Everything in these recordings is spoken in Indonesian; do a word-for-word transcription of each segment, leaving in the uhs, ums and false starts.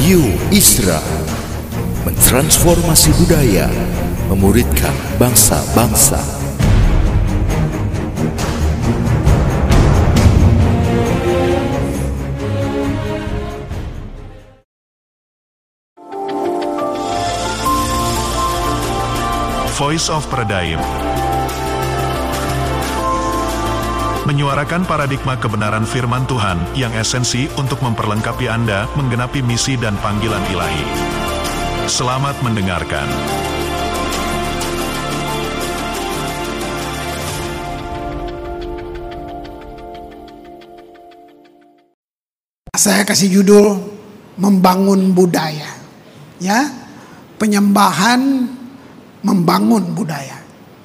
Radio Isra mentransformasi budaya, memuridkan bangsa-bangsa. Voice of Pradaim menyuarakan paradigma kebenaran firman Tuhan yang esensi untuk memperlengkapi Anda menggenapi misi dan panggilan ilahi. Selamat mendengarkan. Saya kasih judul membangun budaya. Ya, penyembahan membangun budaya.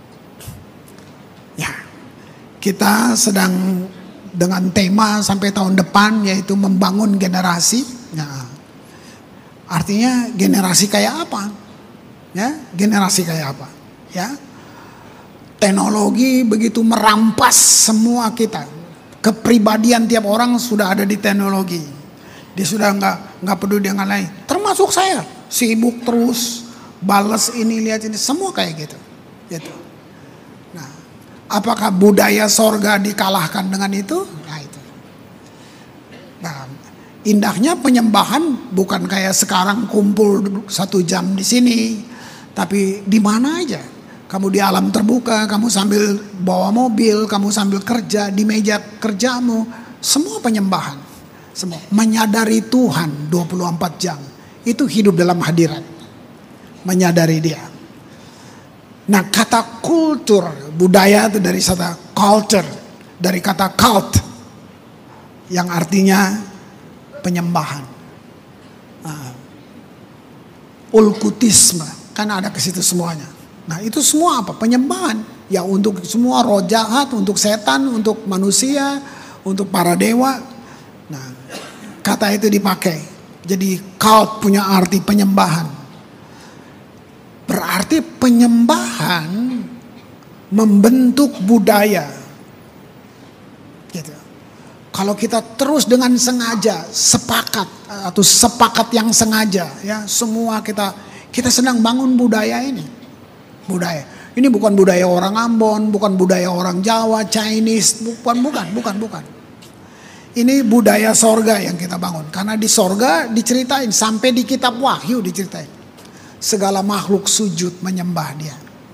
Ya, kita sedang dengan tema sampai tahun depan yaitu membangun generasi. Nah, artinya generasi kayak apa? Ya, generasi kayak apa? Ya, teknologi begitu merampas semua kita. Kepribadian tiap orang sudah ada di teknologi. Dia sudah nggak nggak peduli dengan lain. Termasuk saya, sibuk terus, balas ini lihat ini, semua kayak gitu. Gitu. Nah, apakah budaya sorga dikalahkan dengan itu? Nah itu. Nah, indahnya penyembahan bukan kayak sekarang kumpul satu jam di sini, tapi di mana aja. Kamu di alam terbuka, kamu sambil bawa mobil, kamu sambil kerja di meja kerjamu, semua penyembahan. Semua menyadari Tuhan dua puluh empat jam. Itu hidup dalam hadirat. Menyadari dia. Nah, kata kultur, budaya itu dari kata culture, dari kata cult yang artinya penyembahan. Nah, ulkutisme, kan ada ke situ semuanya. Nah, itu semua apa? Penyembahan. Ya untuk semua roh jahat, untuk setan, untuk manusia, untuk para dewa. Nah, kata itu dipakai. Jadi cult punya arti penyembahan. Berarti penyembahan membentuk budaya. Gitu. Kalau kita terus dengan sengaja sepakat atau sepakat yang sengaja, ya semua kita kita sedang bangun budaya ini. Budaya. Ini bukan budaya orang Ambon, bukan budaya orang Jawa, Chinese, bukan bukan bukan bukan. Ini budaya sorga yang kita bangun. Karena di sorga diceritain sampai di kitab Wahyu diceritain. Segala makhluk sujud menyembah dia.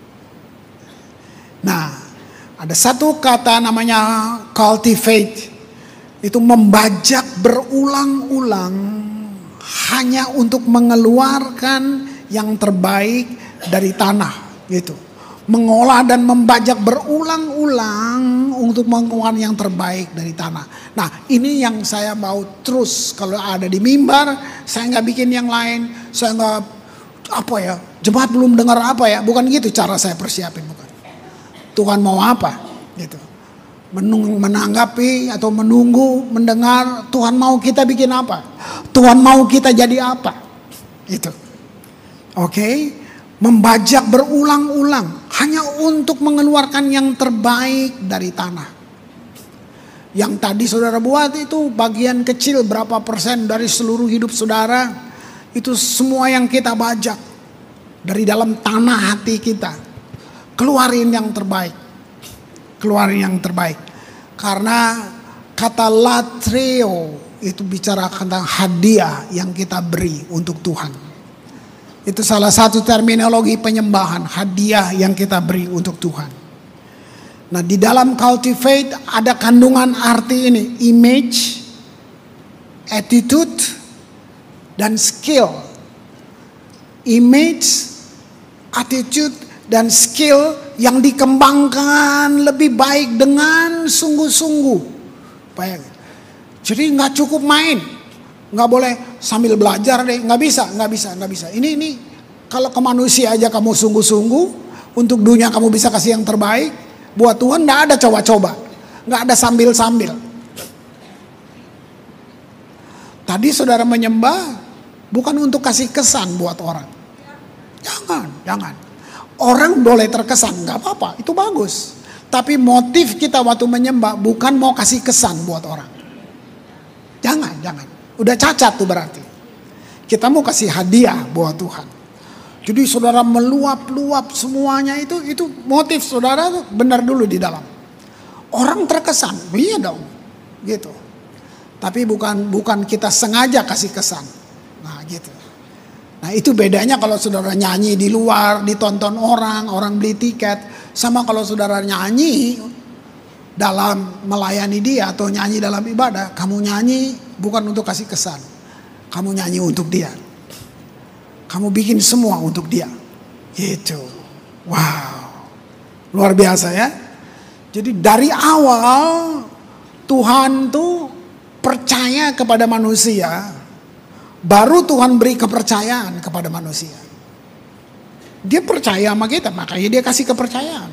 Nah, ada satu kata namanya cultivate. Itu membajak berulang-ulang hanya untuk mengeluarkan yang terbaik dari tanah. Gitu. Mengolah dan membajak berulang-ulang untuk mengeluarkan yang terbaik dari tanah. Nah, ini yang saya mau terus kalau ada di mimbar. Saya nggak bikin yang lain. Saya nggak apa ya, jemaat belum dengar apa ya, bukan gitu cara saya persiapin, bukan. Tuhan mau apa gitu, Menung, menanggapi atau menunggu mendengar Tuhan mau kita bikin apa, Tuhan mau kita jadi apa itu. Oke, okay? Membajak berulang-ulang hanya untuk mengeluarkan yang terbaik dari tanah. Yang tadi saudara buat itu bagian kecil, berapa persen dari seluruh hidup saudara. Itu semua yang kita bajak dari dalam tanah hati kita. Keluarin yang terbaik. Keluarin yang terbaik. Karena kata latreo itu bicara tentang hadiah yang kita beri untuk Tuhan. Itu salah satu terminologi penyembahan. Hadiah yang kita beri untuk Tuhan. Nah, di dalam cultivate ada kandungan arti ini. Image, attitude, dan skill. Image, attitude, dan skill yang dikembangkan lebih baik dengan sungguh-sungguh. Baik. Jadi nggak cukup main, nggak boleh sambil belajar deh, nggak bisa, nggak bisa, nggak bisa. Ini ini kalau ke manusia aja kamu sungguh-sungguh, untuk dunia kamu bisa kasih yang terbaik. Buat Tuhan nggak ada coba-coba, nggak ada sambil-sambil. Tadi saudara menyembah bukan untuk kasih kesan buat orang. Jangan, jangan. Orang boleh terkesan, nggak apa-apa, itu bagus. Tapi motif kita waktu menyembah bukan mau kasih kesan buat orang. Jangan, jangan. Udah cacat tuh berarti. Kita mau kasih hadiah buat Tuhan. Jadi saudara meluap-luap semuanya itu, itu motif saudara tuh benar dulu di dalam. Orang terkesan, iya dong, gitu. Tapi bukan bukan kita sengaja kasih kesan. Nah gitu. Nah itu bedanya kalau saudara nyanyi di luar, ditonton orang, orang beli tiket. Sama kalau saudara nyanyi dalam melayani dia atau nyanyi dalam ibadah. Kamu nyanyi bukan untuk kasih kesan. Kamu nyanyi untuk dia. Kamu bikin semua untuk dia. Gitu. Wow. Luar biasa ya. Jadi dari awal Tuhan tuh percaya kepada manusia. Baru Tuhan beri kepercayaan kepada manusia. Dia percaya sama kita, makanya dia kasih kepercayaan.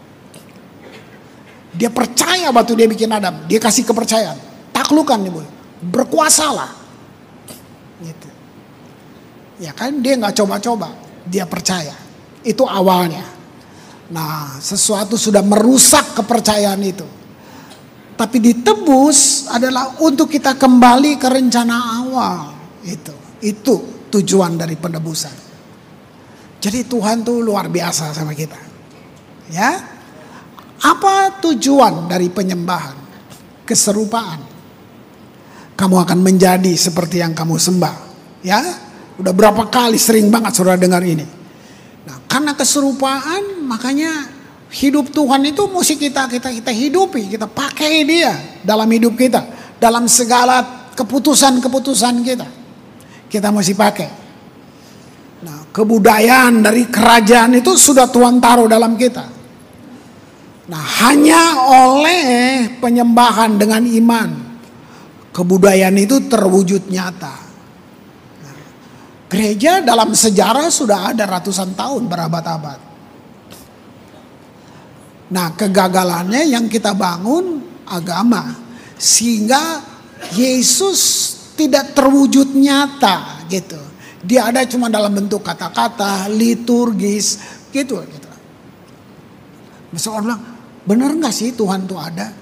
Dia percaya waktu dia bikin Adam, dia kasih kepercayaan. Taklukan nih boy, berkuasalah. Gitu. Ya kan dia nggak coba-coba, dia percaya. Itu awalnya. Nah sesuatu sudah merusak kepercayaan itu. Tapi ditebus adalah untuk kita kembali ke rencana awal. Itu, itu tujuan dari penebusan. Jadi Tuhan tuh luar biasa sama kita. Ya, apa tujuan dari penyembahan? Keserupaan. Kamu akan menjadi seperti yang kamu sembah. Ya, udah berapa kali sering banget saudara dengar ini. Nah, karena keserupaan, makanya hidup Tuhan itu mesti kita kita kita hidupi, kita pakai dia dalam hidup kita, dalam segala keputusan-keputusan kita. Kita mesti pakai. Nah, kebudayaan dari kerajaan itu sudah Tuhan taruh dalam kita. Nah, hanya oleh penyembahan dengan iman, kebudayaan itu terwujud nyata. Nah, gereja dalam sejarah sudah ada ratusan tahun, berabad-abad. Nah, kegagalannya yang kita bangun agama. Sehingga Yesus tidak terwujud nyata gitu. Dia ada cuma dalam bentuk kata-kata, liturgis gitu. gitu. Masa orang bilang, benar gak sih Tuhan tuh ada?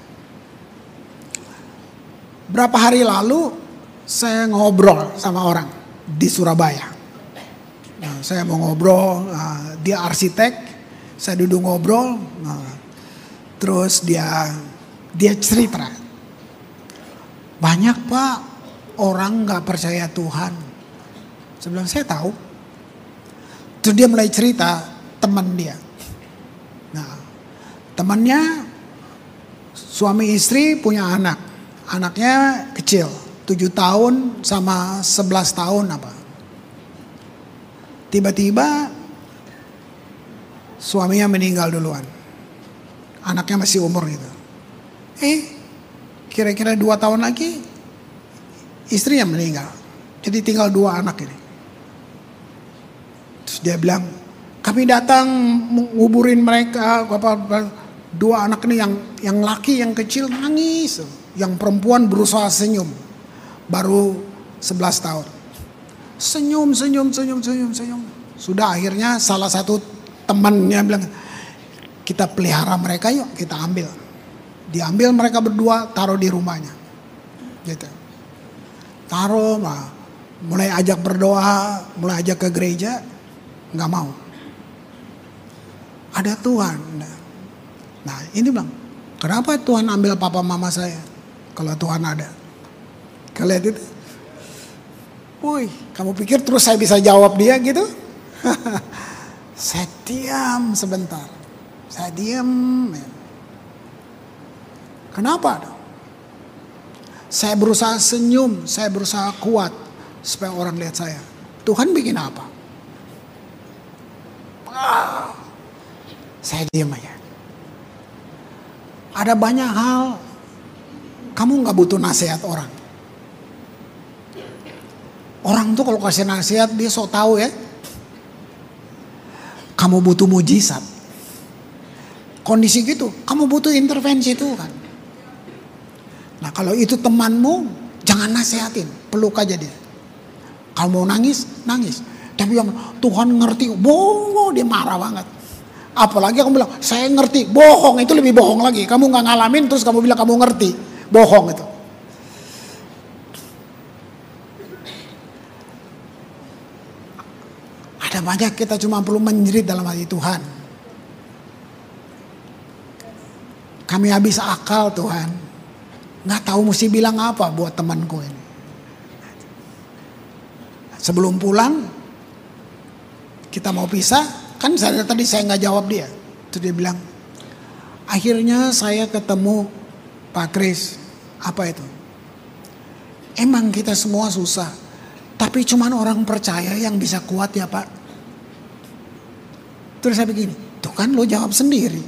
Berapa hari lalu saya ngobrol sama orang di Surabaya. Nah, saya mau ngobrol, nah, dia arsitek, saya duduk ngobrol, nah, terus dia dia cerita. Banyak Pak orang gak percaya Tuhan. Saya bilang, saya tahu. Terus dia mulai cerita teman dia. Nah, temannya suami istri punya anak. Anaknya kecil, tujuh tahun sama sebelas tahun apa. Tiba-tiba suaminya meninggal duluan. Anaknya masih umur gitu. Eh, kira-kira dua tahun lagi istrinya meninggal. Jadi tinggal dua anak ini. Terus dia bilang, kami datang menguburin mereka. Dua anak ini yang yang laki yang kecil nangis. Yang perempuan berusaha senyum. Baru sebelas tahun. Senyum, senyum, senyum, senyum, senyum. Sudah akhirnya salah satu temannya bilang, kita pelihara mereka yuk, kita ambil. Diambil mereka berdua, taruh di rumahnya. Gitu. Taruh, mulai ajak berdoa, mulai ajak ke gereja, nggak mau. Ada Tuhan. Nah ini bilang, kenapa Tuhan ambil papa mama saya? Kalau Tuhan ada. Kalian itu? Wih, kamu pikir terus saya bisa jawab dia gitu? Saya diam sebentar. Saya diam. Kenapa? Saya berusaha senyum, saya berusaha kuat supaya orang lihat saya. Tuhan bikin apa? Ah, saya diam aja. Ada banyak hal kamu nggak butuh nasihat orang. Orang tuh kalau kasih nasihat dia sok tahu ya. Kamu butuh mujizat. Kondisi gitu, kamu butuh intervensi Tuhan. Nah kalau itu temanmu, jangan nasihatin, peluk aja dia. Kalau mau nangis, nangis. Tapi yang Tuhan ngerti, bohong, dia marah banget. Apalagi kamu bilang, saya ngerti, bohong, itu lebih bohong lagi. Kamu gak ngalamin terus kamu bilang kamu ngerti, bohong itu. Ya banyak kita cuma perlu menjerit dalam hati Tuhan. Kami habis akal Tuhan. Nggak tahu mesti bilang apa buat temanku ini. Sebelum pulang, kita mau pisah. Kan saya tadi saya nggak jawab dia. Terus dia bilang, akhirnya saya ketemu Pak Kris. Apa itu? Emang kita semua susah. Tapi cuman orang percaya yang bisa kuat ya Pak. Terus saya begini, tuh kan lo jawab sendiri.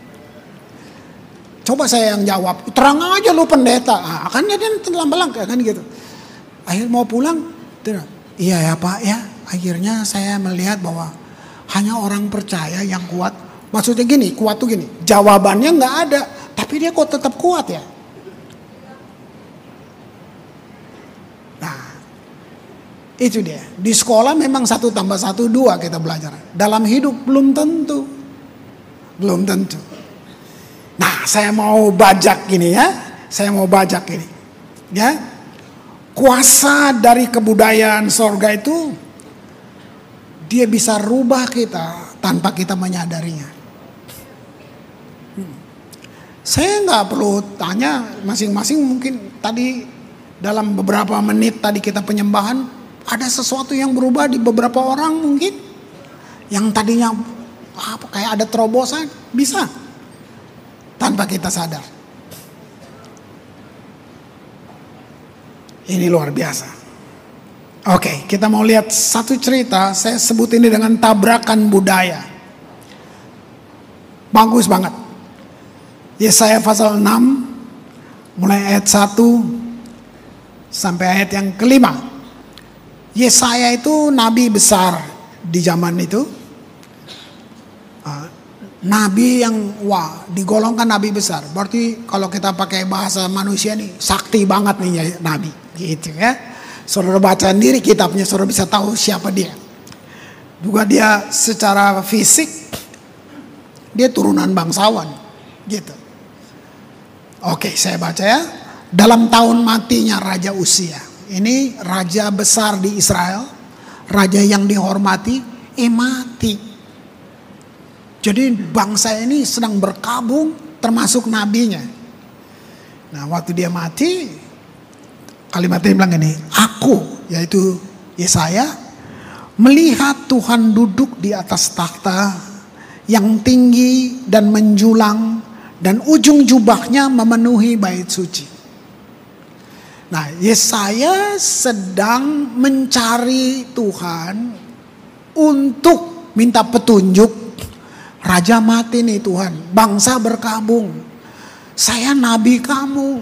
Coba saya yang jawab, terang aja lo pendeta. Ah, kan dia telang-belang kan gitu. Akhir mau pulang, terus, iya ya Pak ya. Akhirnya saya melihat bahwa hanya orang percaya yang kuat. Maksudnya gini, kuat tuh gini. Jawabannya nggak ada, tapi dia kok tetap kuat ya. Nah, itu dia. Di sekolah memang satu tambah satu dua kita belajar. Dalam hidup belum tentu, belum tentu. Nah, saya mau bajak gini ya. Saya mau bajak ini, ya. Kuasa dari kebudayaan sorga itu, dia bisa rubah kita tanpa kita menyadarinya. Hmm. Saya nggak perlu tanya masing-masing, mungkin tadi dalam beberapa menit tadi kita penyembahan, ada sesuatu yang berubah di beberapa orang mungkin. Yang tadinya apa, kayak ada terobosan, bisa. Tanpa kita sadar. Ini luar biasa. Oke, kita mau lihat satu cerita. Saya sebut ini dengan tabrakan budaya. Bagus banget. Yesaya pasal enam, mulai ayat satu sampai ayat yang kelima. Yesaya itu nabi besar di zaman itu. Nabi yang wah digolongkan nabi besar. Berarti kalau kita pakai bahasa manusia nih, sakti banget nih ya nabi, gitu ya. Saudara baca sendiri kitabnya, saudara bisa tahu siapa dia. Juga dia secara fisik dia turunan bangsawan, gitu. Oke, saya baca ya. Dalam tahun matinya Raja Usia. Ini raja besar di Israel, raja yang dihormati, eh mati. Jadi bangsa ini sedang berkabung termasuk nabinya. Nah waktu dia mati, kalimatnya bilang ini, aku yaitu Yesaya melihat Tuhan duduk di atas takhta yang tinggi dan menjulang dan ujung jubahnya memenuhi bait suci. Nah Yesaya sedang mencari Tuhan untuk minta petunjuk. Raja mati nih Tuhan, bangsa berkabung. Saya nabi kamu.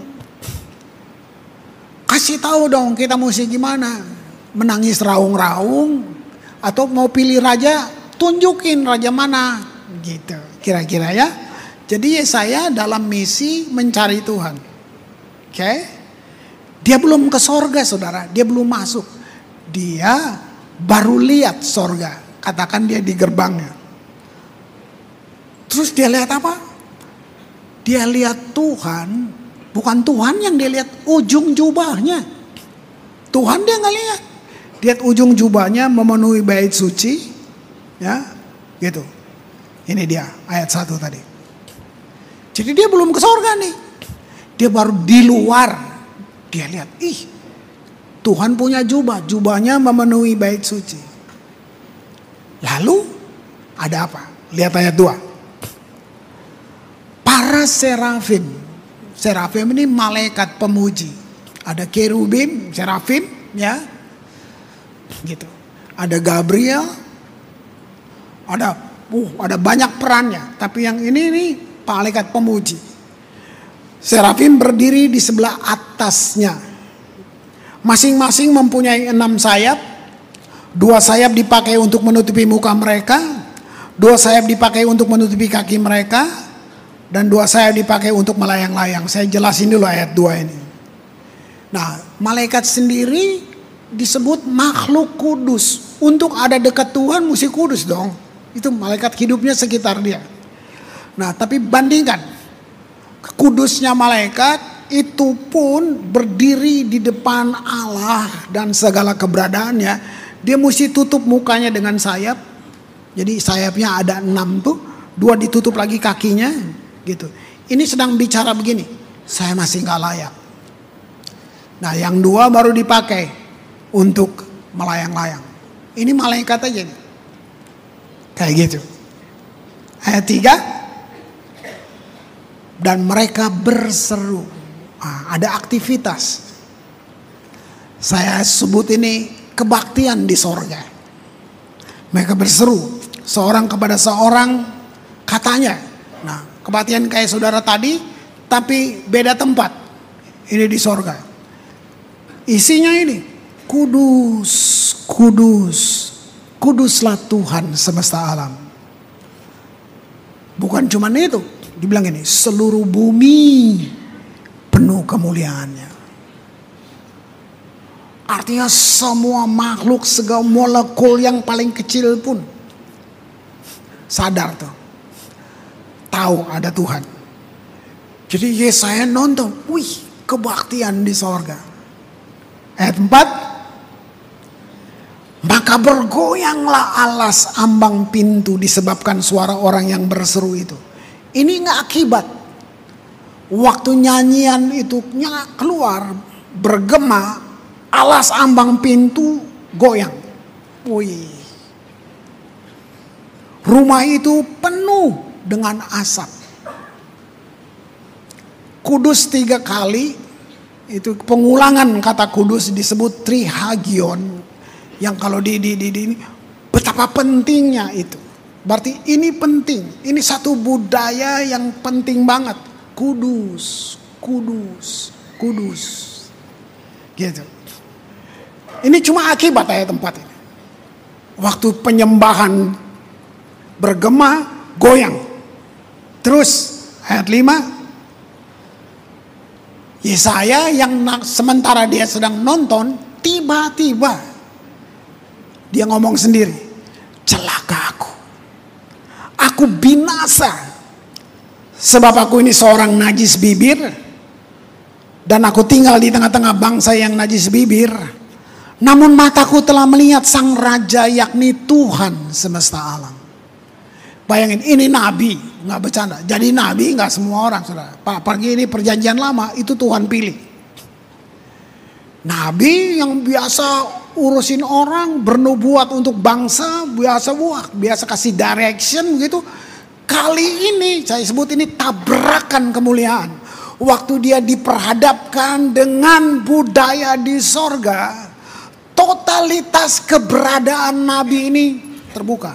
Kasih tahu dong kita mesti gimana. Menangis raung-raung atau mau pilih raja, tunjukin raja mana. Gitu, kira-kira ya. Jadi Yesaya dalam misi mencari Tuhan. Oke. Okay? Dia belum ke sorga saudara, dia belum masuk. Dia baru lihat sorga. Katakan dia di gerbangnya. Terus dia lihat apa? Dia lihat Tuhan, bukan Tuhan yang dia lihat, ujung jubahnya. Tuhan dia nggak lihat. Lihat ujung jubahnya memenuhi bait suci, ya, gitu. Ini dia ayat satu tadi. Jadi dia belum ke sorga nih. Dia baru di luar. Dia lihat, ih, Tuhan punya jubah, jubahnya memenuhi bait suci. Lalu ada apa? Lihat ayat dua. Para serafim, serafim ini malaikat pemuji. Ada kerubim, serafim, ya, gitu. Ada Gabriel, ada, uh, ada banyak perannya. Tapi yang ini nih malaikat pemuji. Serafim berdiri di sebelah atasnya. Masing-masing mempunyai enam sayap. Dua sayap dipakai untuk menutupi muka mereka. Dua sayap dipakai untuk menutupi kaki mereka. Dan dua sayap dipakai untuk melayang-layang. Saya jelasin dulu ayat dua ini. Nah, malaikat sendiri disebut makhluk kudus. Untuk ada dekat Tuhan mesti kudus dong. Itu malaikat hidupnya sekitar dia. Nah, tapi bandingkan. Kudusnya malaikat itu pun berdiri di depan Allah dan segala keberadaannya. Dia mesti tutup mukanya dengan sayap. Jadi sayapnya ada enam tuh, dua ditutup lagi kakinya, gitu. Ini sedang bicara begini, saya masih nggak layak. Nah, yang dua baru dipakai untuk melayang-layang. Ini malaikat aja nih. Kayak gitu. Ayat tiga. Dan mereka berseru. Nah, ada aktivitas. Saya sebut ini kebaktian di sorga. Mereka berseru. Seorang kepada seorang katanya. Nah, kebaktian kayak saudara tadi. Tapi beda tempat. Ini di sorga. Isinya ini. Kudus, kudus. Kuduslah Tuhan semesta alam. Bukan cuma itu. Dibilang ini, seluruh bumi penuh kemuliaannya. Artinya semua makhluk, segala molekul yang paling kecil pun sadar tuh. Tahu ada Tuhan. Jadi Yesaya nonton, wih, kebaktian di sorga. Ayat empat. Maka bergoyanglah alas ambang pintu disebabkan suara orang yang berseru itu. Ini nggak akibat. Waktu nyanyian itu keluar bergema, alas ambang pintu goyang. Wih. Rumah itu penuh dengan asap. Kudus tiga kali, itu pengulangan kata kudus disebut trihagion. Yang kalau di, di, di, di betapa pentingnya itu. Berarti ini penting. Ini satu budaya yang penting banget. Kudus, kudus, kudus. Gitu. Ini cuma akibat ayat tempat ini. Waktu penyembahan bergema, goyang. Terus ayat lima. Yesaya yang sementara dia sedang nonton, tiba-tiba dia ngomong sendiri, celaka aku. Aku binasa. Sebab aku ini seorang najis bibir. Dan aku tinggal di tengah-tengah bangsa yang najis bibir. Namun mataku telah melihat sang raja, yakni Tuhan semesta alam. Bayangin, ini nabi. Nggak bercanda. Jadi nabi nggak semua orang, saudara. Pak, pergi ini perjanjian lama, itu Tuhan pilih. Nabi yang biasa urusin orang, bernubuat untuk bangsa, biasa buat, biasa kasih direction gitu. Kali ini saya sebut ini tabrakan kemuliaan. Waktu dia diperhadapkan dengan budaya di sorga, totalitas keberadaan Nabi ini terbuka.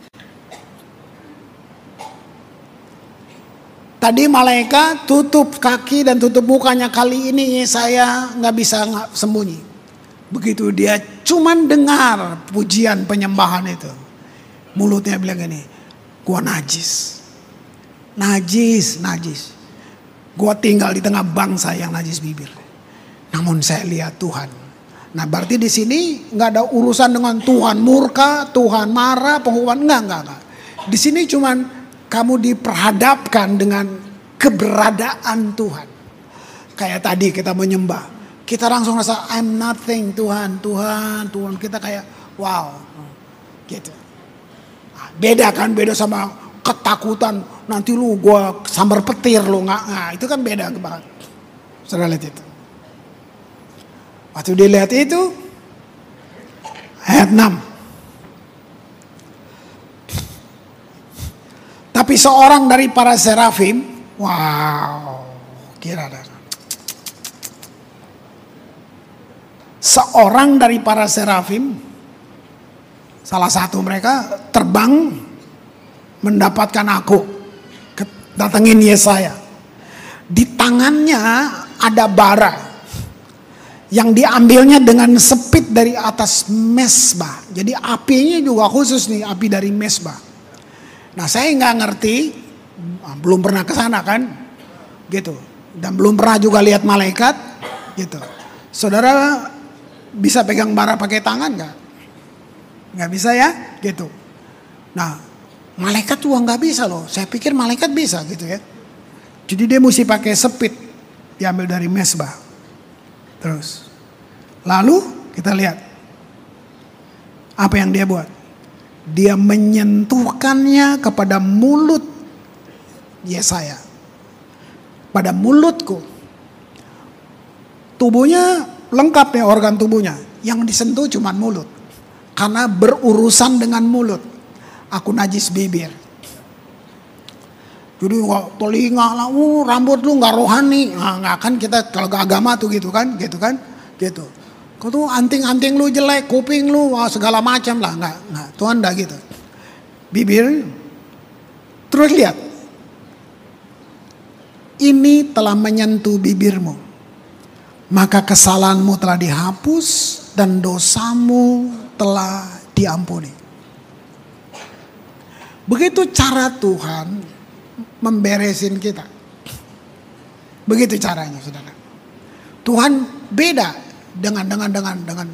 Tadi malaikat tutup kaki dan tutup mukanya, kali ini saya nggak bisa sembunyi. Begitu dia cuman dengar pujian penyembahan itu, mulutnya bilang gini, gua najis, najis, najis. Gua tinggal di tengah bangsa yang najis bibir. Namun saya lihat Tuhan. Nah, berarti di sini nggak ada urusan dengan Tuhan murka, Tuhan marah, penghukuman, enggak, enggak, enggak. Di sini cuman kamu diperhadapkan dengan keberadaan Tuhan. Kayak tadi kita menyembah, kita langsung rasa I'm nothing, Tuhan, Tuhan, Tuhan. Kita kayak wow, gitu. Beda kan, beda sama ketakutan. Nanti lu gua sambar petir lu, nggak, nah, itu kan beda banget. Saudara lihat itu. Waktu dilihat itu, ayat enam. Tapi seorang dari para serafim, wow, kira ada. Seorang dari para serafim, salah satu mereka terbang mendapatkan aku, datengin Yesaya. Di tangannya ada bara yang diambilnya dengan sepit dari atas mesbah. Jadi apinya juga khusus nih, api dari mesbah. Nah, saya nggak ngerti, belum pernah ke sana kan, gitu. Dan belum pernah juga lihat malaikat, gitu. Saudara bisa pegang bara pakai tangan nggak? Nggak bisa ya, gitu. Nah, malaikat juga nggak bisa loh. Saya pikir malaikat bisa, gitu ya. Jadi dia mesti pakai sepit, diambil dari mesbah. Terus, lalu kita lihat Apa yang dia buat? Dia menyentuhkannya kepada mulut Yesaya. Pada mulutku. Tubuhnya lengkap ya, organ tubuhnya. Yang disentuh cuma mulut. Karena berurusan dengan mulut. Aku najis bibir. Jadi nggak telinga lah, uh, rambut lu nggak rohani. Nah, nggak kan kita kalau ke agama tuh gitu kan, gitu kan, gitu. Kau tuh anting-anting lu jelek, kuping lu wah, segala macam lah, nggak, nggak. Tuhan nggak gitu. Bibir, terus lihat. Ini telah menyentuh bibirmu, maka kesalahanmu telah dihapus dan dosamu telah diampuni. Begitu cara Tuhan memberesin kita. Begitu caranya, saudara. Tuhan beda dengan dengan dengan dengan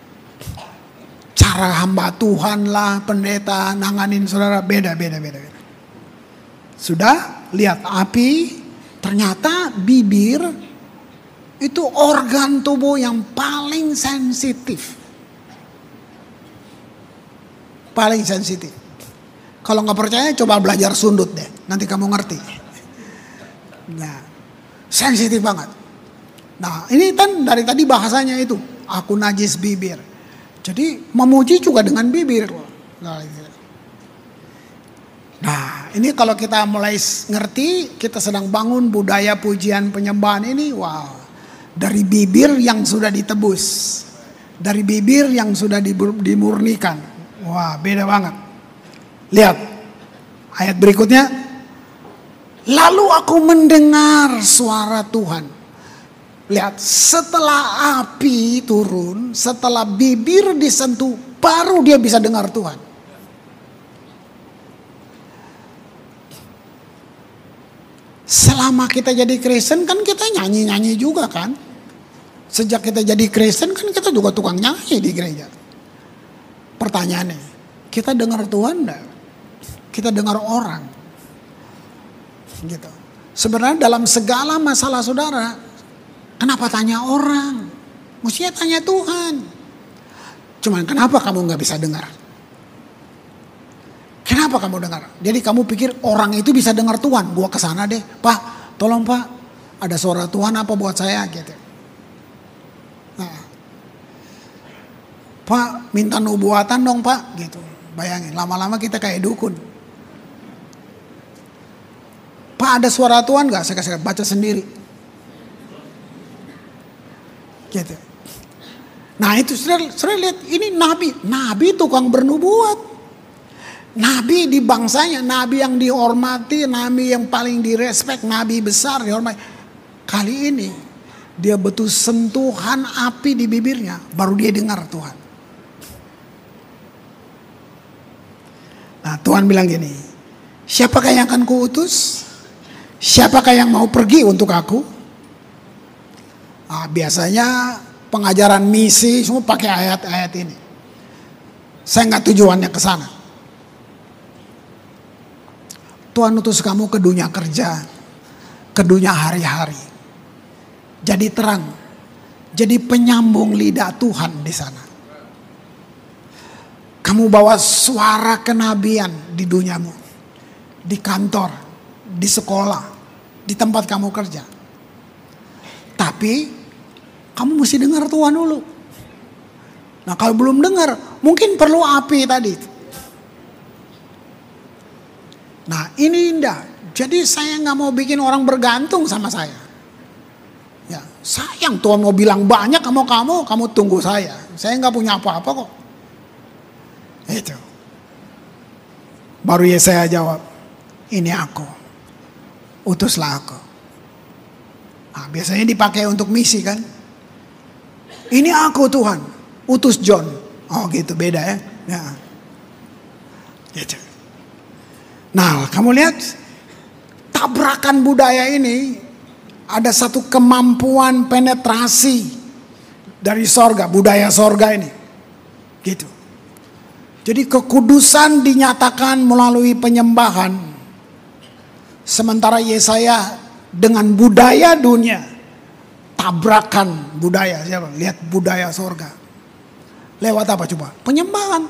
cara hamba Tuhan lah, pendeta nanganin saudara, beda beda beda. beda. Sudah lihat api, ternyata bibir itu organ tubuh yang paling sensitif. Paling sensitif. Kalau nggak percaya coba belajar sundut deh, nanti kamu ngerti. Nah, sensitif banget. Nah, ini kan dari tadi bahasanya itu, aku najis bibir. Jadi memuji juga dengan bibir. Nah, ini kalau kita mulai ngerti, kita sedang bangun budaya pujian penyembahan ini, wow. Dari bibir yang sudah ditebus, dari bibir yang sudah dimurnikan. Wah, beda banget. Lihat ayat berikutnya. Lalu aku mendengar suara Tuhan. Lihat, setelah api turun, setelah bibir disentuh, baru dia bisa dengar Tuhan. Selama kita jadi Kristen kan kita nyanyi-nyanyi juga kan. Sejak kita jadi Kristen kan kita juga tukang nyanyi di gereja. Pertanyaannya, kita dengar Tuhan enggak? Kita dengar orang, gitu. Sebenarnya dalam segala masalah saudara, kenapa tanya orang? Mestinya tanya Tuhan. Cuman kenapa kamu nggak bisa dengar? Kenapa kamu dengar? Jadi kamu pikir orang itu bisa dengar Tuhan? Gua kesana deh, Pak, tolong Pak, ada suara Tuhan apa buat saya gitu. Nah, Pak, minta nubuatan dong Pak, gitu. Bayangin, lama-lama kita kayak dukun. Pak, ada suara Tuhan gak? Saya kasih baca sendiri. Gitu. Nah itu saudara, saudara lihat, ini nabi. Nabi tukang bernubuat. Nabi di bangsanya, nabi yang dihormati, nabi yang paling direspek, nabi besar dihormati. Kali ini dia betul sentuhan api di bibirnya, baru dia dengar Tuhan. Nah Tuhan bilang gini, siapakah yang akan kuutus? Siapakah yang mau pergi untuk aku? Nah, biasanya pengajaran misi semua pakai ayat-ayat ini. Saya nggak tujuannya ke sana. Tuhan utus kamu ke dunia kerja, ke dunia hari-hari. Jadi terang, jadi penyambung lidah Tuhan di sana. Kamu bawa suara kenabian di duniamu, di kantor, di sekolah, di tempat kamu kerja. Tapi kamu mesti dengar Tuhan dulu. Nah kalau belum dengar, mungkin perlu api tadi. Nah ini indah. Jadi saya nggak mau bikin orang bergantung sama saya. Ya sayang Tuhan mau bilang banyak sama kamu, kamu tunggu saya. Saya nggak punya apa-apa kok. Itu. Baru Yesaya jawab, ini aku, utuslah aku. Nah, biasanya dipakai untuk misi kan. Ini aku Tuhan, utus John. Oh gitu, beda ya. Ya. Gitu. Nah kamu lihat, tabrakan budaya ini ada satu kemampuan penetrasi dari sorga, budaya sorga ini. Gitu. Jadi kekudusan dinyatakan melalui penyembahan. Sementara Yesaya dengan budaya dunia, tabrakan budaya, siapa? Lihat budaya sorga. Lewat apa coba? Penyembahan.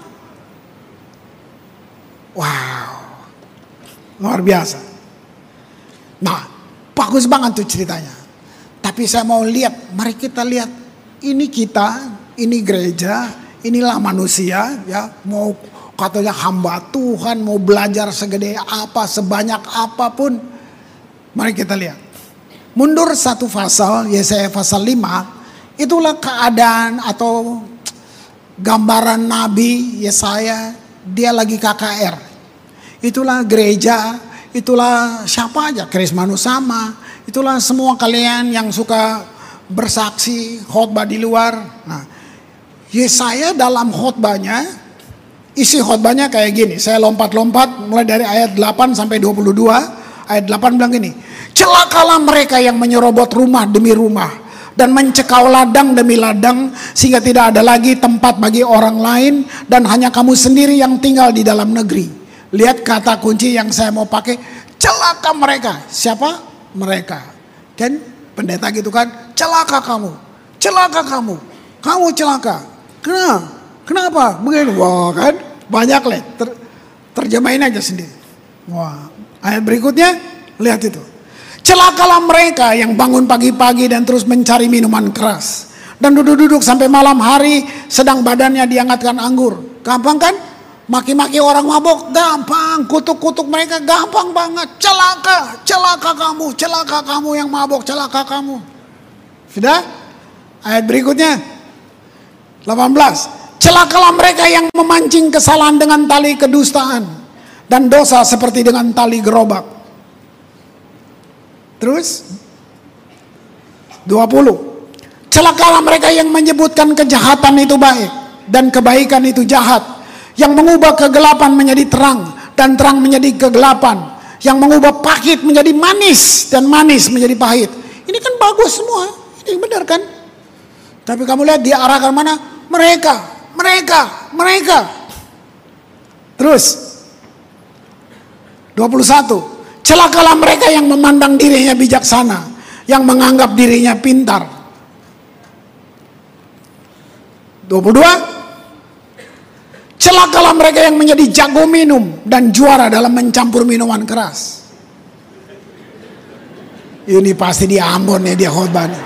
Wow. Luar biasa. Nah, bagus banget tuh ceritanya. Tapi saya mau lihat, mari kita lihat. Ini kita, ini gereja, inilah manusia ya. Mau katanya hamba Tuhan, mau belajar segede apa, sebanyak apapun. Mari kita lihat. Mundur satu pasal, Yesaya pasal lima. Itulah keadaan atau gambaran Nabi Yesaya. Dia lagi K K R. Itulah gereja. Itulah siapa aja, Krismanus sama. Itulah semua kalian yang suka bersaksi, khotbah di luar. Nah, Yesaya dalam khotbahnya, isi khotbahnya kayak gini. Saya lompat-lompat mulai dari ayat delapan sampai dua puluh dua. Ayat delapan bilang gini. Celakalah mereka yang menyerobot rumah demi rumah. Dan mencekau ladang demi ladang. Sehingga tidak ada lagi tempat bagi orang lain. Dan hanya kamu sendiri yang tinggal di dalam negeri. Lihat kata kunci yang saya mau pakai. Celaka mereka. Siapa? Mereka. Kan pendeta gitu kan. Celaka kamu. Celaka kamu. Kamu celaka. Kenapa? Kenapa? Begini. Wah kan. Banyak lah. Ter, terjemahin aja sendiri. Wah. Ayat berikutnya. Lihat itu. Celakalah mereka yang bangun pagi-pagi dan terus mencari minuman keras. Dan duduk-duduk sampai malam hari sedang badannya dihangatkan anggur. Gampang kan? Maki-maki orang mabuk gampang. Kutuk-kutuk mereka gampang banget. Celaka, celaka kamu, celaka kamu yang mabuk, celaka kamu. Sudah? Ayat berikutnya. delapan belas. Celakalah mereka yang memancing kesalahan dengan tali kedustaan. Dan dosa seperti dengan tali gerobak. Terus dua puluh. Celakalah mereka yang menyebutkan kejahatan itu baik dan kebaikan itu jahat, yang mengubah kegelapan menjadi terang dan terang menjadi kegelapan, yang mengubah pahit menjadi manis dan manis menjadi pahit. Ini kan bagus semua, ini benar kan? Tapi kamu lihat dia arahkan mana? Mereka, mereka, mereka. Terus dua puluh satu. Celakalah mereka yang memandang dirinya bijaksana, yang menganggap dirinya pintar. dua puluh dua. Celakalah mereka yang menjadi jago minum dan juara dalam mencampur minuman keras. Ini pasti di Ambon ya dia khotbah nih.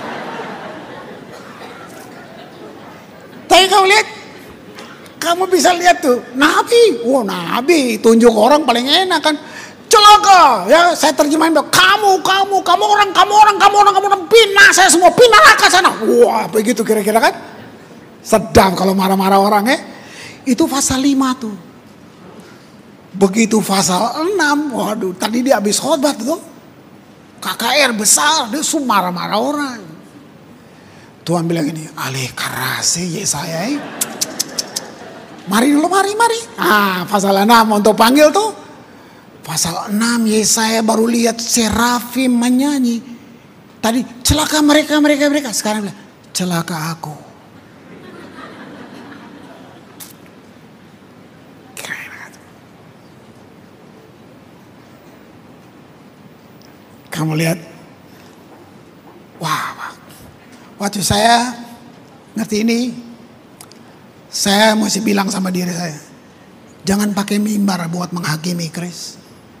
Tapi kamu lihat, kamu bisa lihat tuh, Nabi, oh Nabi tunjuk orang paling enak kan. Celaka, ya saya terjemahin, kamu, kamu, kamu orang, kamu orang, kamu orang, kamu orang, pindah saya semua, pindah ke sana. Wah, begitu kira-kira kan? Sedap kalau marah-marah orang ya. Itu pasal lima tuh. Begitu pasal enam, waduh, tadi dia habis khotbah tuh. K K R besar, dia semua marah-marah orang. Tuhan bilang ini, alih karase Yesaya. Mari dulu, mari, mari. Ah, pasal enam untuk panggil tuh. Pasal enam Yesaya baru lihat serafim menyanyi. Tadi celaka mereka, mereka, mereka. Sekarang bilang celaka aku. Kamu lihat. Wah, waktu saya ngerti ini, saya mesti bilang sama diri saya, jangan pakai mimbar buat menghakimi Kris.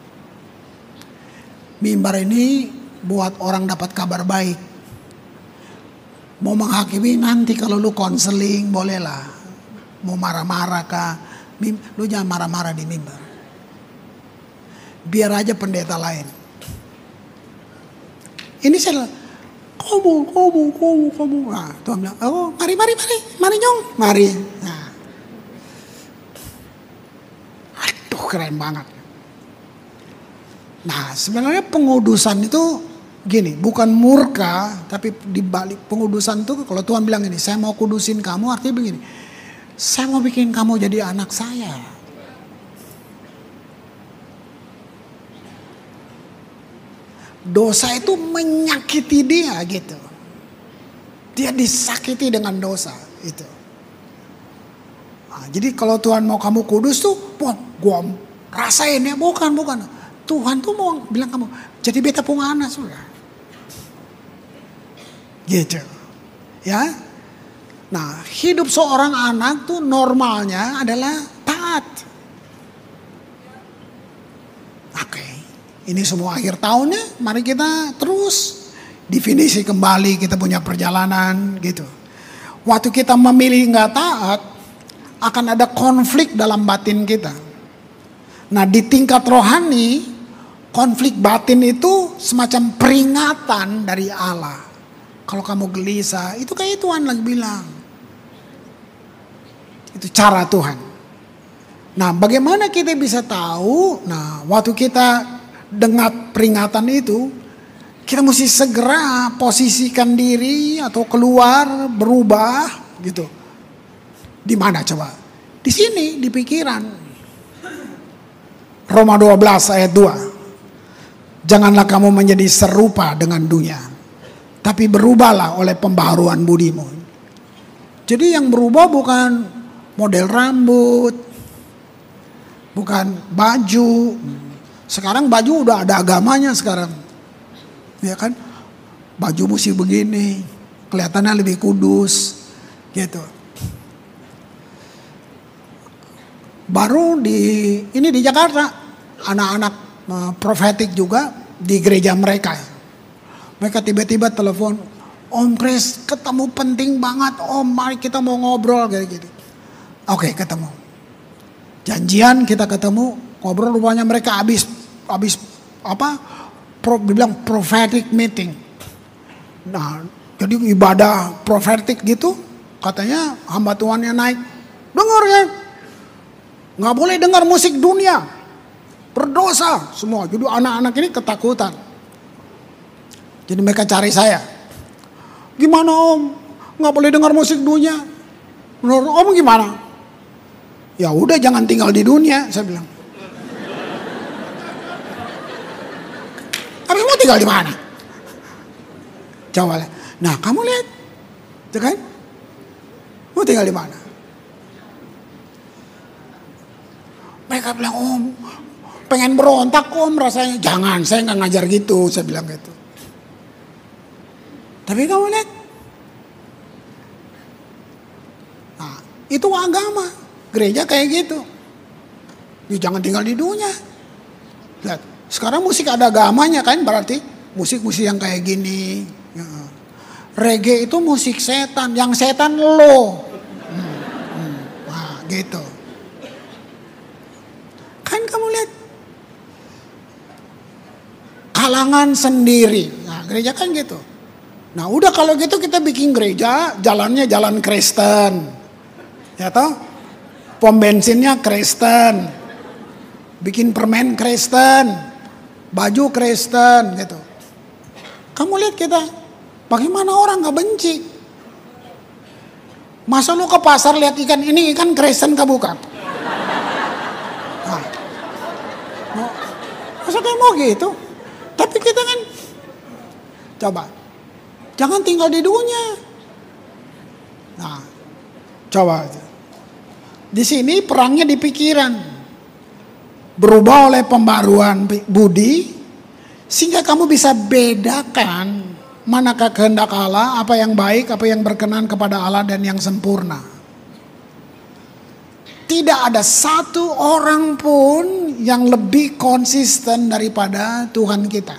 Mimbar ini buat orang dapat kabar baik. Mau menghakimi nanti kalau lu konseling bolehlah. Mau marah-marah kah? Lu jangan marah-marah di mimbar. Biar aja pendeta lain. Ini saya kamu, kamu, kamu, kamu. Nah, Tuhan bilang, oh mari, mari, mari, mari nyong, mari. Nah. Aduh keren banget. Nah sebenarnya pengudusan itu gini, bukan murka, tapi dibalik pengudusan itu kalau Tuhan bilang ini, saya mau kudusin kamu, artinya begini, saya mau bikin kamu jadi anak saya. Dosa itu menyakiti dia gitu, dia disakiti dengan dosa itu. Nah, jadi kalau Tuhan mau kamu kudus tuh, wah, gua rasain ya, bukan, bukan. Tuhan tuh mau bilang kamu jadi beta pungana sudah. Gitu. Ya. Nah, hidup seorang anak tuh normalnya adalah taat. Oke, ini semua akhir tahunnya, mari kita terus definisi kembali kita punya perjalanan gitu. Waktu kita memilih nggak taat, akan ada konflik dalam batin kita. Nah, di tingkat rohani, konflik batin itu semacam peringatan dari Allah. Kalau kamu gelisah, itu kayak Tuhan lagi bilang. Itu cara Tuhan. Nah, bagaimana kita bisa tahu? Nah, waktu kita dengar peringatan itu, kita mesti segera posisikan diri atau keluar, berubah gitu. Di mana coba? Di sini, di pikiran. Roma dua belas ayat dua. Janganlah kamu menjadi serupa dengan dunia, tapi berubahlah oleh pembaharuan budimu. Jadi yang berubah bukan model rambut, bukan baju. Sekarang baju udah ada agamanya sekarang. Ya kan? Baju mesti begini, kelihatannya lebih kudus gitu. Baru di ini di Jakarta, anak-anak uh, profetik juga di gereja mereka. Mereka tiba-tiba telepon, Om Chris ketemu penting banget Om, mari kita mau ngobrol gitu-gitu. Oke, ketemu. Janjian kita ketemu, ngobrol, rupanya mereka habis habis apa? Pro, bilang prophetic meeting. Nah, jadi ibadah prophetic gitu, katanya hamba Tuhannya naik. Dengar ya, nggak boleh dengar musik dunia, berdosa semua. Jadi anak-anak ini ketakutan. Jadi mereka cari saya. Gimana Om? Nggak boleh dengar musik dunia. Menurut Om gimana? Ya udah, jangan tinggal di dunia, saya bilang. Habis mau tinggal di mana? Coba lihat. Nah, kamu lihat, tuh kan? Mau tinggal di mana? Mereka bilang, Om, pengen berontak Om rasanya. Jangan, saya nggak ngajar gitu, saya bilang gitu. Tapi kamu lihat, nah, itu agama, gereja kayak gitu. Ya, jangan tinggal di dunia. Lihat. Sekarang musik ada agamanya kan, berarti musik-musik yang kayak gini. Ya. Reggae itu musik setan, yang setan lo. Hmm, hmm. Nah gitu. Kan kamu lihat. Kalangan sendiri. Nah gereja kan gitu. Nah udah kalau gitu kita bikin gereja, jalannya jalan Kristen. Ya toh? Pom bensinnya Kristen. Bikin permen Kristen. Baju Kristen gitu. Kamu lihat kita, bagaimana orang gak benci? Masa lu ke pasar lihat ikan, ini ikan Kristen kah bukan? Nah, masa kayak mau gitu? Tapi kita kan, coba, jangan tinggal di dunia. Nah, coba. Di sini perangnya di pikiran. Berubah oleh pembaruan budi, sehingga kamu bisa bedakan manakah kehendak Allah, apa yang baik, apa yang berkenan kepada Allah dan yang sempurna. Tidak ada satu orang pun yang lebih konsisten daripada Tuhan kita.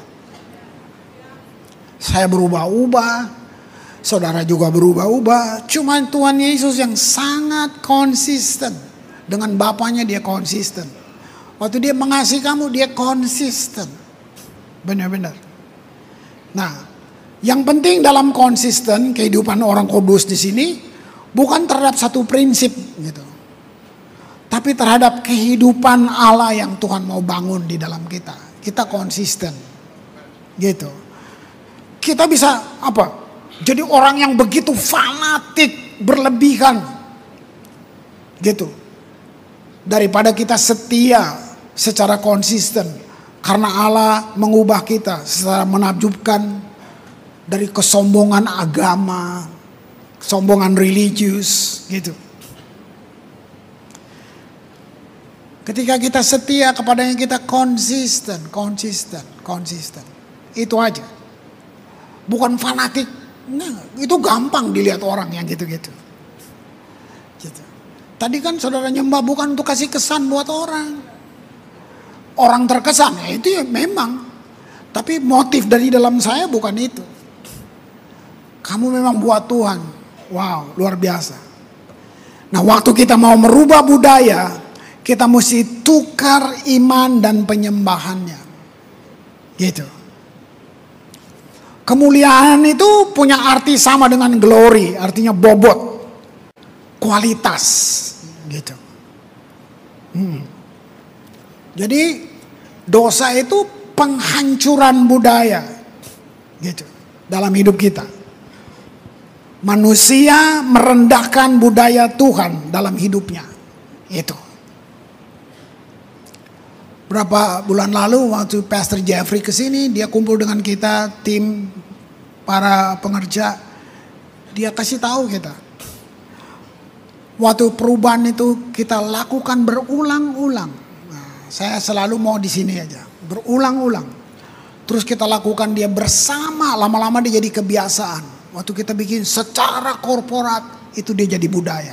Saya berubah-ubah, saudara juga berubah-ubah. Cuma Tuhan Yesus yang sangat konsisten. Dengan Bapaknya dia konsisten. Waktu dia mengasihi kamu, dia konsisten. Benar-benar. Nah, yang penting dalam konsisten kehidupan orang kudus di sini bukan terhadap satu prinsip gitu. Tapi terhadap kehidupan Allah yang Tuhan mau bangun di dalam kita. Kita konsisten. Gitu. Kita bisa apa? Jadi orang yang begitu fanatik, berlebihan. Gitu. Daripada kita setia secara konsisten, karena Allah mengubah kita secara menakjubkan dari kesombongan agama, kesombongan religius gitu. Ketika kita setia kepadanya, kita konsisten, konsisten, konsisten. Itu aja. Bukan fanatik. Nah, itu gampang dilihat orang yang gitu-gitu. Gitu. Tadi kan saudara nyembah bukan untuk kasih kesan buat orang. Orang terkesan, ya itu ya memang. Tapi motif dari dalam saya bukan itu. Kamu memang buat Tuhan. Wow, luar biasa. Nah, waktu kita mau merubah budaya, kita mesti tukar iman dan penyembahannya. Gitu. Kemuliaan itu punya arti sama dengan glory, artinya bobot, kualitas, gitu. Hmm. Jadi dosa itu penghancuran budaya, gitu, dalam hidup kita. Manusia merendahkan budaya Tuhan dalam hidupnya, itu. Berapa bulan lalu waktu Pastor Jeffrey kesini, dia kumpul dengan kita, tim para pengerja, dia kasih tahu kita. Waktu perubahan itu kita lakukan berulang-ulang. Nah, saya selalu mau di sini aja, berulang-ulang. Terus kita lakukan dia bersama, lama-lama dia jadi kebiasaan. Waktu kita bikin secara korporat, itu dia jadi budaya.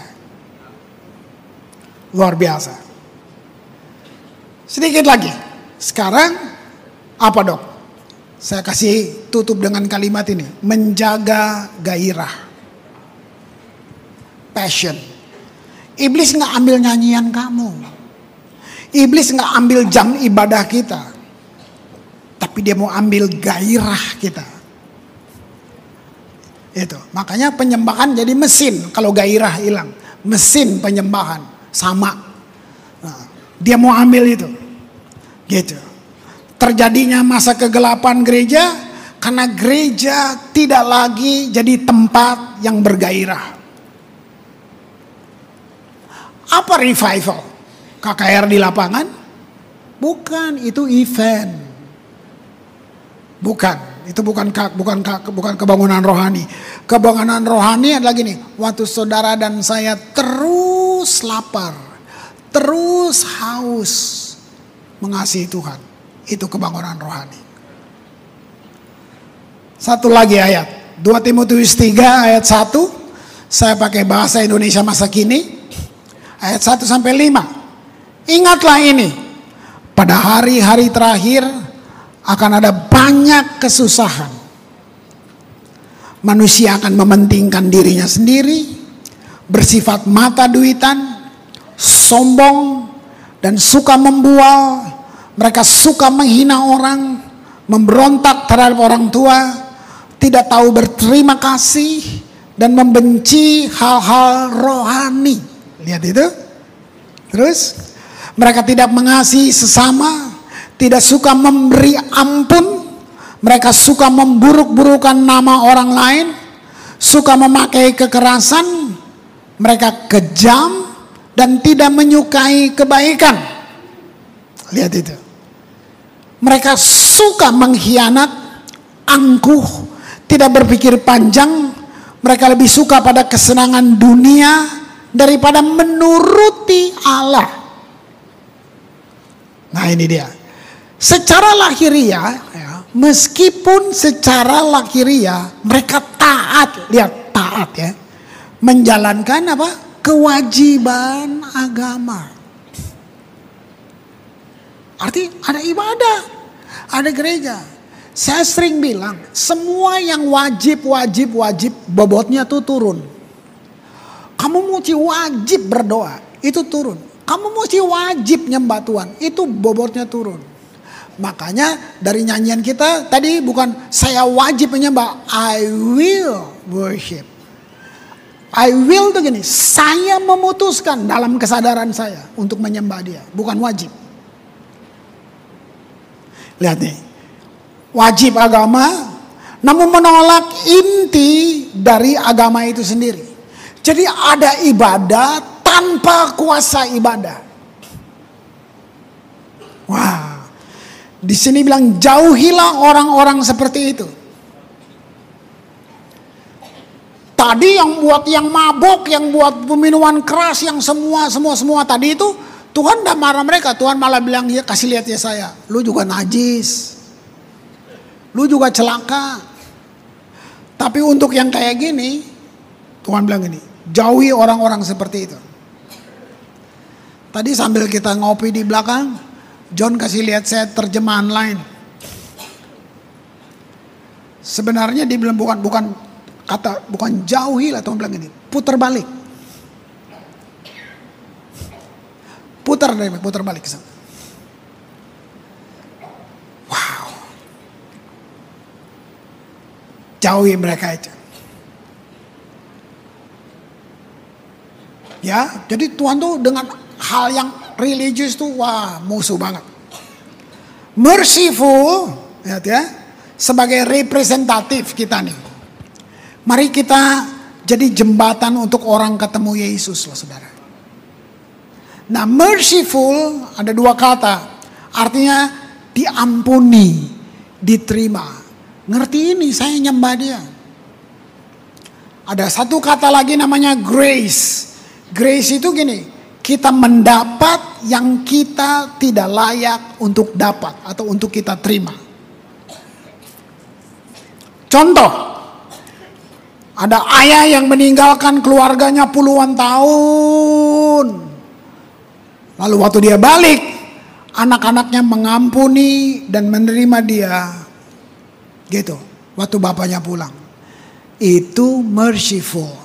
Luar biasa. Sedikit lagi. Sekarang apa dok? Saya kasih tutup dengan kalimat ini. Menjaga gairah. Passion. Iblis gak ambil nyanyian kamu. Iblis gak ambil jam ibadah kita. Tapi dia mau ambil gairah kita. Itu. Makanya penyembahan jadi mesin. Kalau gairah hilang. Mesin penyembahan. Sama. Nah, dia mau ambil itu. Gitu. Terjadinya masa kegelapan gereja karena gereja tidak lagi jadi tempat yang bergairah. Apa revival? K K R di lapangan? Bukan, itu event. Bukan, itu bukan bukan bukan kebangunan rohani. Kebangunan rohani adalah gini, waktu saudara dan saya terus lapar, terus haus mengasihi Tuhan. Itu kebangunan rohani. Satu lagi ayat. dua Timotius tiga ayat satu. Saya pakai bahasa Indonesia masa kini. Ayat satu sampai lima. Ingatlah ini. Pada hari-hari terakhir akan ada banyak kesusahan. Manusia akan mementingkan dirinya sendiri. Bersifat mata duitan. Sombong. Dan suka membual. Mereka suka menghina orang, memberontak terhadap orang tua, tidak tahu berterima kasih, dan membenci hal-hal rohani. Lihat itu. Terus, mereka tidak mengasihi sesama, tidak suka memberi ampun, mereka suka memburuk-burukan nama orang lain, suka memakai kekerasan, mereka kejam, dan tidak menyukai kebaikan. Lihat itu. Mereka suka mengkhianat, angkuh, tidak berpikir panjang. Mereka lebih suka pada kesenangan dunia daripada menuruti Allah. Nah ini dia. Secara lahiriah, ya, meskipun secara lahiriah mereka taat, lihat taat ya, menjalankan apa? Kewajiban agama. Arti ada ibadah, ada gereja. Saya sering bilang, semua yang wajib, wajib, wajib, bobotnya tuh turun. Kamu mesti wajib berdoa, itu turun. Kamu mesti wajib nyembah Tuhan, itu bobotnya turun. Makanya dari nyanyian kita tadi bukan saya wajib menyembah, I will worship. I will tuh gini, saya memutuskan dalam kesadaran saya untuk menyembah dia, bukan wajib. Lihat nih, wajib agama, namun menolak inti dari agama itu sendiri. Jadi ada ibadah tanpa kuasa ibadah. Wah, di sini bilang jauhilah orang-orang seperti itu. Tadi yang buat yang mabok, yang buat minuman keras, yang semua semua semua tadi itu. Tuhan tidak marah mereka, Tuhan malah bilang, ya kasih lihat ya saya, lu juga najis, lu juga celaka. Tapi untuk yang kayak gini, Tuhan bilang gini, Jauhi orang-orang seperti itu. Tadi sambil kita ngopi di belakang, John kasih lihat saya terjemahan lain. Sebenarnya dia bilang bukan bukan kata bukan jauhi lah, Tuhan bilang ini, putar balik. Putar dari putar balik ke sana. Wow. Jauhi mereka itu. Ya, jadi Tuhan tuh dengan hal yang religius tuh wah musuh banget. Merciful, lihat ya, sebagai representatif kita nih. Mari kita jadi jembatan untuk orang ketemu Yesus loh saudara. Nah merciful ada dua kata, artinya diampuni, diterima. Ngerti ini saya nyembah dia. Ada satu kata lagi namanya grace. Grace itu gini, kita mendapat yang kita tidak layak untuk dapat atau untuk kita terima. Contoh, ada ayah yang meninggalkan keluarganya puluhan tahun. Lalu waktu dia balik, anak-anaknya mengampuni dan menerima dia. Gitu, waktu bapaknya pulang. Itu merciful.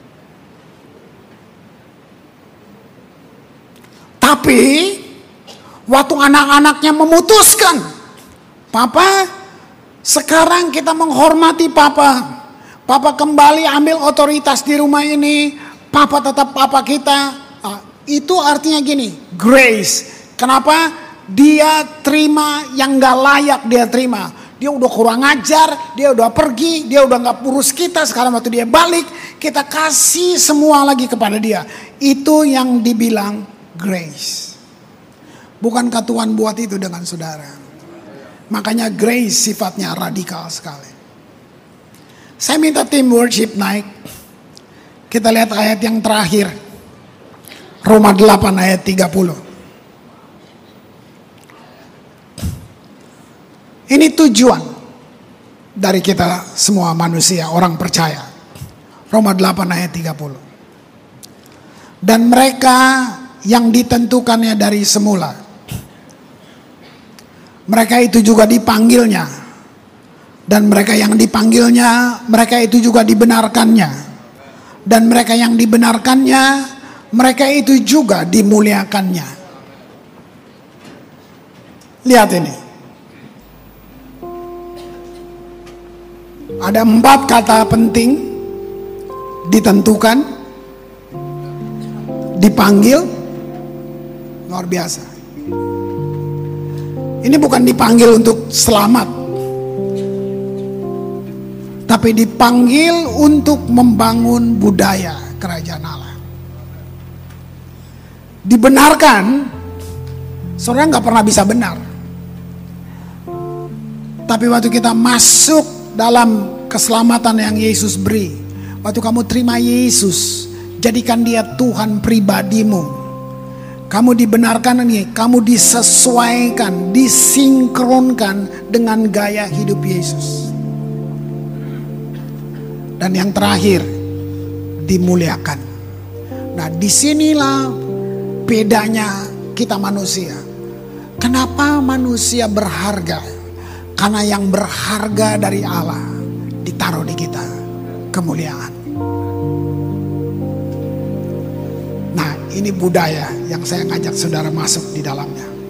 Tapi waktu anak-anaknya memutuskan, Papa, sekarang kita menghormati Papa. Papa kembali ambil otoritas di rumah ini. Papa tetap Papa kita. Nah, itu artinya gini, grace. Kenapa? Dia terima yang gak layak dia terima. Dia udah kurang ajar, dia udah pergi, dia udah gak urus kita. Sekarang waktu dia balik, kita kasih semua lagi kepada dia. Itu yang dibilang grace. Bukankah Tuhan buat itu dengan saudara? Makanya grace sifatnya radikal sekali. Saya minta tim worship naik. Kita lihat ayat yang terakhir. Roma delapan ayat tiga puluh. Ini tujuan dari kita semua manusia, orang percaya. Roma delapan ayat tiga puluh. Dan mereka yang ditentukannya dari semula, mereka itu juga dipanggilnya. Dan mereka yang dipanggilnya, mereka itu juga dibenarkannya. Dan mereka yang dibenarkannya, mereka itu juga dimuliakannya. Lihat ini. Ada empat kata penting. Ditentukan, dipanggil. Luar biasa. Ini bukan dipanggil untuk selamat, tapi dipanggil untuk membangun budaya kerajaan Allah. Dibenarkan, saudara nggak pernah bisa benar. Tapi waktu kita masuk dalam keselamatan yang Yesus beri, waktu kamu terima Yesus, jadikan dia Tuhan pribadimu. Kamu dibenarkan ini, kamu disesuaikan, disinkronkan dengan gaya hidup Yesus. Dan yang terakhir, dimuliakan. Nah, disinilah bedanya kita manusia. Kenapa manusia berharga? Karena yang berharga dari Allah ditaruh di kita, kemuliaan. Nah, ini budaya yang saya ngajak saudara masuk di dalamnya.